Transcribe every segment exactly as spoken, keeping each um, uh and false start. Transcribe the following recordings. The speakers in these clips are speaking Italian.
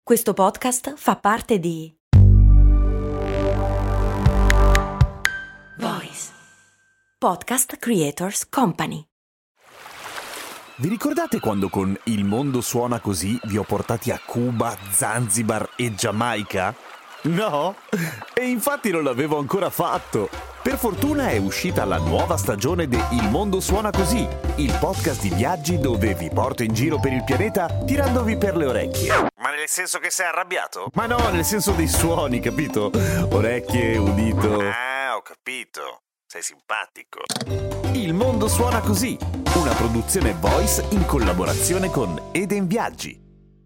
Questo podcast fa parte di Voice Podcast Creators Company. Vi ricordate quando con Il mondo suona così vi ho portati a Cuba, Zanzibar e Giamaica? No? E infatti non l'avevo ancora fatto. Per fortuna è uscita la nuova stagione di Il mondo suona così, il podcast di viaggi dove vi porto in giro per il pianeta tirandovi per le orecchie. Ma nel senso che sei arrabbiato? Ma no, nel senso dei suoni, capito? Orecchie, udito. Ah, ho capito. Sei simpatico. Il mondo suona così, una produzione Voice in collaborazione con Eden Viaggi.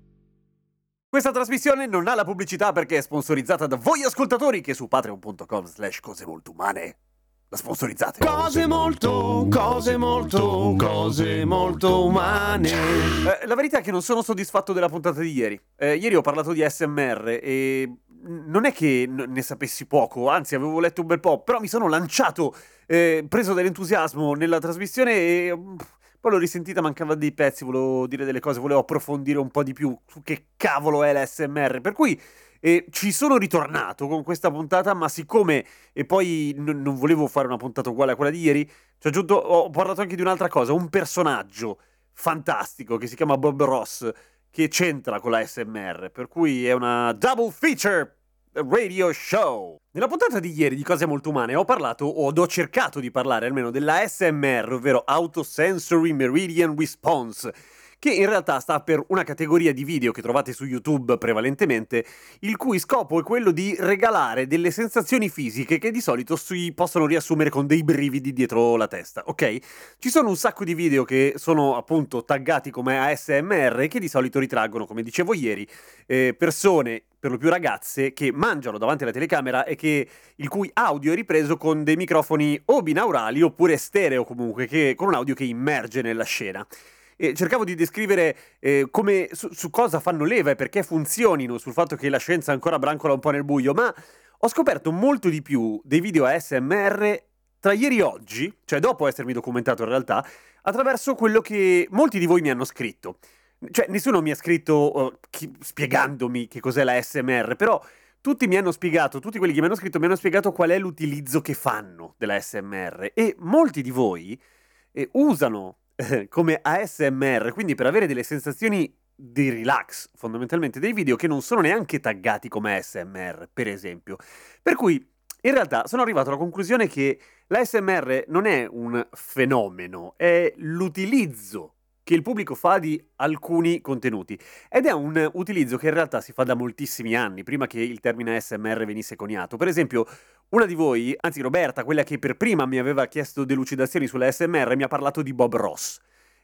Questa trasmissione non ha la pubblicità perché è sponsorizzata da voi ascoltatori che su patreon.com slash cose molto umane la sponsorizzate. Cose molto, cose molto, cose molto umane. Eh, la verità è che non sono soddisfatto della puntata di ieri. Eh, ieri ho parlato di A S M R e non è che n- ne sapessi poco, anzi avevo letto un bel po', però mi sono lanciato, eh, preso dall'entusiasmo nella trasmissione e mm, poi l'ho risentita, mancava dei pezzi, volevo dire delle cose, volevo approfondire un po' di più su che cavolo è l'A S M R, per cui eh, ci sono ritornato con questa puntata, ma siccome e poi n- non volevo fare una puntata uguale a quella di ieri, ci ho aggiunto, ho parlato anche di un'altra cosa, un personaggio fantastico che si chiama Bob Ross, che c'entra con la A S M R, per cui è una double feature radio show. Nella puntata di ieri di Cose Molto Umane ho parlato, o ho cercato di parlare almeno, della A S M R, ovvero Auto-Sensory Meridian Response, che in realtà sta per una categoria di video che trovate su YouTube prevalentemente, il cui scopo è quello di regalare delle sensazioni fisiche che di solito si possono riassumere con dei brividi dietro la testa, ok? Ci sono un sacco di video che sono appunto taggati come A S M R che di solito ritraggono, come dicevo ieri, eh, persone, per lo più ragazze, che mangiano davanti alla telecamera e che il cui audio è ripreso con dei microfoni o binaurali oppure stereo comunque, che, con un audio che immerge nella scena. E cercavo di descrivere eh, come, su, su cosa fanno leva e perché funzionino, sul fatto che la scienza ancora brancola un po' nel buio, ma ho scoperto molto di più dei video A S M R tra ieri e oggi, cioè dopo essermi documentato in realtà, attraverso quello che molti di voi mi hanno scritto. Cioè nessuno mi ha scritto uh, chi, spiegandomi che cos'è la A S M R, però tutti mi hanno spiegato, tutti quelli che mi hanno scritto mi hanno spiegato qual è l'utilizzo che fanno della A S M R, e molti di voi eh, usano come A S M R, quindi per avere delle sensazioni di relax, fondamentalmente, dei video che non sono neanche taggati come A S M R, per esempio. Per cui, in realtà, sono arrivato alla conclusione che l'A S M R non è un fenomeno, è l'utilizzo che il pubblico fa di alcuni contenuti. Ed è un utilizzo che in realtà si fa da moltissimi anni, prima che il termine A S M R venisse coniato. Per esempio, una di voi, anzi Roberta, quella che per prima mi aveva chiesto delucidazioni sulla A S M R, mi ha parlato di Bob Ross.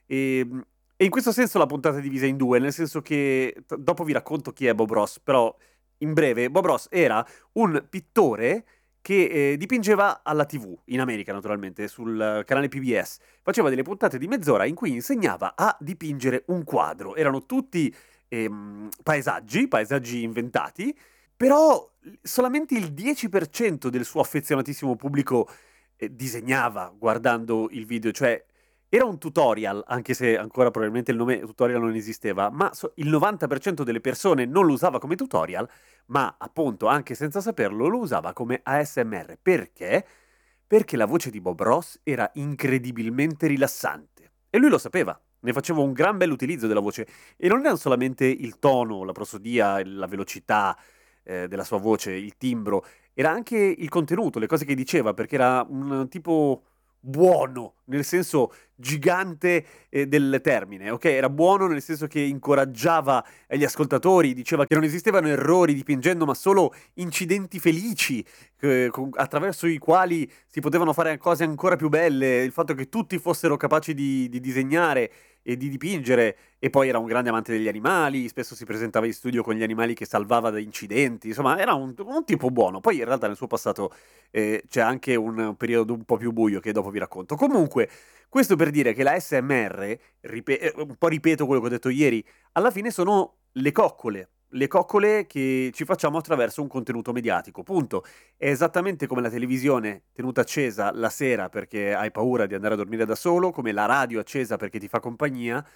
E, e in questo senso la puntata è divisa in due, nel senso che t- dopo vi racconto chi è Bob Ross, però in breve, Bob Ross era un pittore che eh, dipingeva alla tivù, in America naturalmente, sul canale P B S. Faceva delle puntate di mezz'ora in cui insegnava a dipingere un quadro. Erano tutti ehm, paesaggi, paesaggi inventati, però solamente il dieci per cento del suo affezionatissimo pubblico eh, disegnava guardando il video, cioè era un tutorial, anche se ancora probabilmente il nome tutorial non esisteva, ma so- il novanta per cento delle persone non lo usava come tutorial, ma appunto, anche senza saperlo, lo usava come A S M R. Perché? Perché la voce di Bob Ross era incredibilmente rilassante. E lui lo sapeva. Ne faceva un gran bel utilizzo della voce. E non era solamente il tono, la prosodia, la velocità eh, della sua voce, il timbro. Era anche il contenuto, le cose che diceva, perché era un tipo buono, nel senso gigante eh, del termine, ok? Era buono nel senso che incoraggiava gli ascoltatori, diceva che non esistevano errori dipingendo, ma solo incidenti felici, eh, con- attraverso i quali si potevano fare cose ancora più belle, il fatto che tutti fossero capaci di, di disegnare e di dipingere, e poi era un grande amante degli animali, spesso si presentava in studio con gli animali che salvava da incidenti, insomma era un, un tipo buono. Poi in realtà nel suo passato eh, c'è anche un periodo un po' più buio che dopo vi racconto. Comunque, questo per dire che la A S M R, ripet- eh, un po' ripeto quello che ho detto ieri, alla fine sono le coccole, le coccole che ci facciamo attraverso un contenuto mediatico, punto. È esattamente come la televisione tenuta accesa la sera perché hai paura di andare a dormire da solo, come la radio accesa perché ti fa compagnia,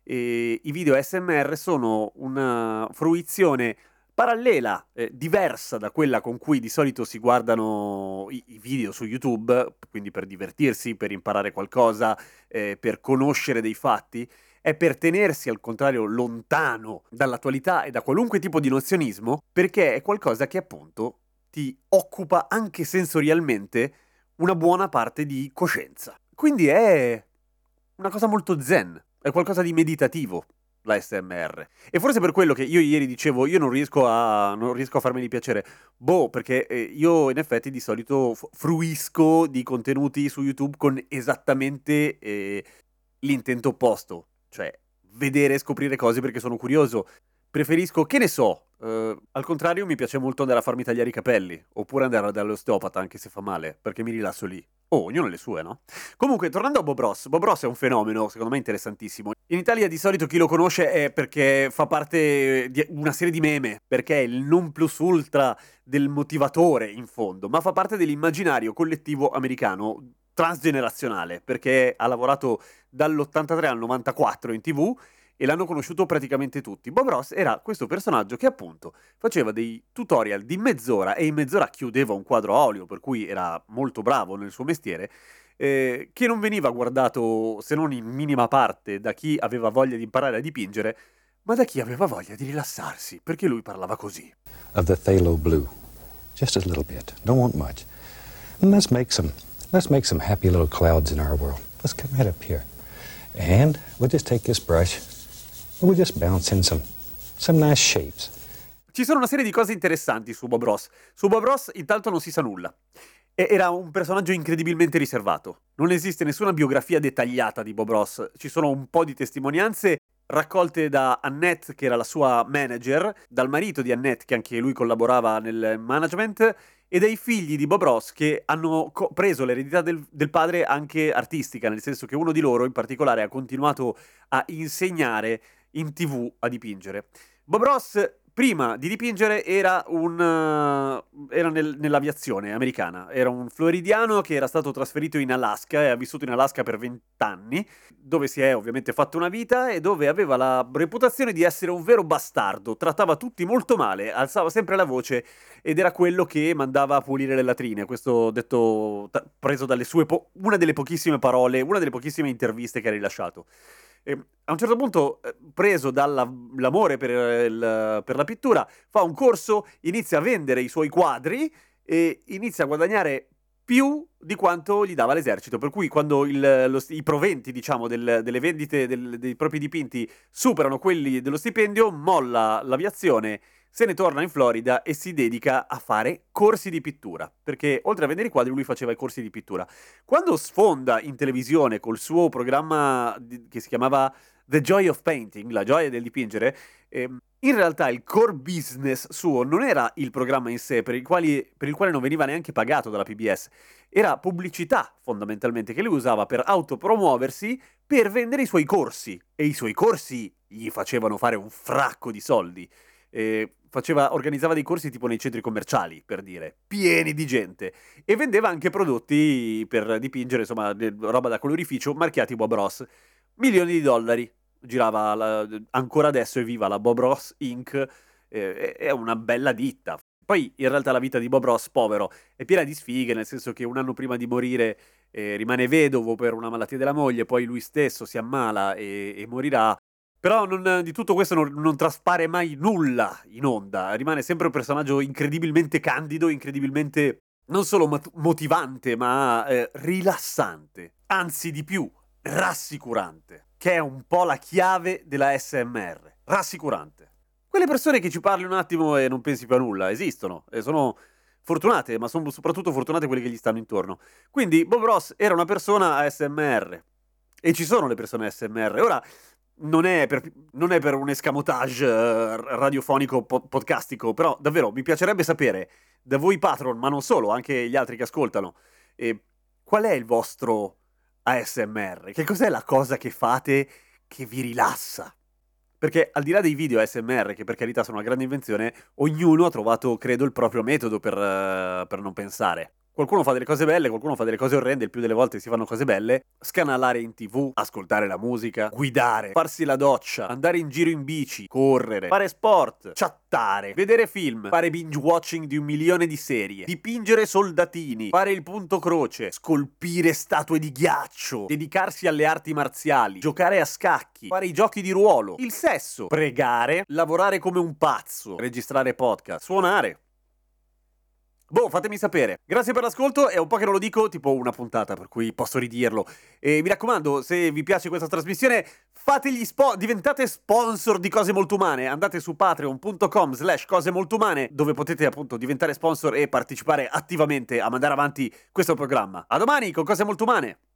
E i video A S M R sono una fruizione parallela, eh, diversa da quella con cui di solito si guardano i, i video su YouTube, quindi per divertirsi, per imparare qualcosa, eh, per conoscere dei fatti, è per tenersi al contrario lontano dall'attualità e da qualunque tipo di nozionismo, perché è qualcosa che appunto ti occupa anche sensorialmente una buona parte di coscienza. Quindi è una cosa molto zen, è qualcosa di meditativo, la A S M R. E forse per quello che io ieri dicevo, io non riesco a, non riesco a farmeli piacere. Boh, perché eh, io in effetti di solito f- fruisco di contenuti su YouTube con esattamente eh, l'intento opposto. Cioè, vedere e scoprire cose perché sono curioso. Preferisco, che ne so, eh, al contrario mi piace molto andare a farmi tagliare i capelli, oppure andare dall'osteopata anche se fa male, perché mi rilasso lì. Oh, ognuno le sue, no? Comunque, tornando a Bob Ross, Bob Ross è un fenomeno, secondo me, interessantissimo. In Italia di solito chi lo conosce è perché fa parte di una serie di meme, perché è il non plus ultra del motivatore, in fondo, ma fa parte dell'immaginario collettivo americano transgenerazionale, perché ha lavorato dall'ottantatré al novantaquattro in tivù e l'hanno conosciuto praticamente tutti. Bob Ross era questo personaggio che appunto faceva dei tutorial di mezz'ora e in mezz'ora chiudeva un quadro a olio, per cui era molto bravo nel suo mestiere, eh, che non veniva guardato se non in minima parte da chi aveva voglia di imparare a dipingere, ma da chi aveva voglia di rilassarsi, perché lui parlava così. Of the phthalo blue, just a little bit, don't want much. And let's make some, let's make some happy little clouds in our world. Let's come right up here. And we'll just take this brush, and we'll just bounce in some, some nice shapes. Ci sono una serie di cose interessanti su Bob Ross. Su Bob Ross intanto non si sa nulla. E- era un personaggio incredibilmente riservato. Non esiste nessuna biografia dettagliata di Bob Ross. Ci sono un po' di testimonianze raccolte da Annette, che era la sua manager, dal marito di Annette, che anche lui collaborava nel management, e dai figli di Bob Ross, che hanno co- preso l'eredità del, del padre anche artistica, nel senso che uno di loro in particolare ha continuato a insegnare in tivù a dipingere. Bob Ross, prima di dipingere, era un uh, era nel- nell'aviazione americana. Era un floridiano che era stato trasferito in Alaska e ha vissuto in Alaska per vent'anni, dove si è ovviamente fatto una vita e dove aveva la reputazione di essere un vero bastardo. Trattava tutti molto male, alzava sempre la voce ed era quello che mandava a pulire le latrine. Questo detto ta- preso dalle sue po- una delle pochissime parole, una delle pochissime interviste che ha rilasciato. E a un certo punto, eh, preso dall'amore per, il- per la pittura, fa un corso, inizia a vendere i suoi quadri e inizia a guadagnare più di quanto gli dava l'esercito. Per cui quando il- lo sti- i proventi, diciamo, del- delle vendite del- dei propri dipinti superano quelli dello stipendio, molla l'aviazione, se ne torna in Florida e si dedica a fare corsi di pittura. Perché oltre a vendere i quadri, lui faceva i corsi di pittura. Quando sfonda in televisione col suo programma di- che si chiamava The Joy of Painting, la gioia del dipingere, ehm, in realtà il core business suo non era il programma in sé, per il, quali- per il quale non veniva neanche pagato dalla P B S, era pubblicità fondamentalmente che lui usava per autopromuoversi, per vendere i suoi corsi. E i suoi corsi gli facevano fare un fracco di soldi. Eh, faceva, organizzava dei corsi tipo nei centri commerciali, per dire, pieni di gente, e vendeva anche prodotti per dipingere, insomma, de- roba da colorificio, marchiati Bob Ross. Milioni di dollari. Girava la- ancora adesso è viva la Bob Ross incorporated, eh, è una bella ditta. Poi in realtà la vita di Bob Ross, povero, è piena di sfighe, nel senso che un anno prima di morire eh, rimane vedovo per una malattia della moglie, poi lui stesso si ammala e, e morirà. Però non- di tutto questo non, non traspare mai nulla in onda, rimane sempre un personaggio incredibilmente candido, incredibilmente non solo mot- motivante, ma eh, rilassante, anzi di più, rassicurante, che è un po' la chiave della A S M R, rassicurante. Quelle persone che ci parli un attimo e non pensi più a nulla, esistono, e sono fortunate, ma sono soprattutto fortunate quelle che gli stanno intorno. Quindi Bob Ross era una persona A S M R, e ci sono le persone A S M R. Ora, non è per, non è per un escamotage eh, radiofonico po- podcastico, però davvero mi piacerebbe sapere da voi patron, ma non solo, anche gli altri che ascoltano, eh, qual è il vostro A S M R? Che cos'è la cosa che fate che vi rilassa? Perché al di là dei video A S M R, che per carità sono una grande invenzione, ognuno ha trovato, credo, il proprio metodo per, eh, per non pensare. Qualcuno fa delle cose belle, qualcuno fa delle cose orrende, il più delle volte si fanno cose belle. Scanalare in tv, ascoltare la musica, guidare, farsi la doccia, andare in giro in bici, correre, fare sport, chattare, vedere film, fare binge watching di un milione di serie, dipingere soldatini, fare il punto croce, scolpire statue di ghiaccio, dedicarsi alle arti marziali, giocare a scacchi, fare i giochi di ruolo, il sesso, pregare, lavorare come un pazzo, registrare podcast, suonare. Boh, fatemi sapere. Grazie per l'ascolto, è un po' che non lo dico, tipo una puntata, per cui posso ridirlo. E mi raccomando, se vi piace questa trasmissione, fategli spo- diventate sponsor di Cose Molto Umane. Andate su patreon.com slash cose molto umane, dove potete appunto diventare sponsor e partecipare attivamente a mandare avanti questo programma. A domani con Cose Molto Umane!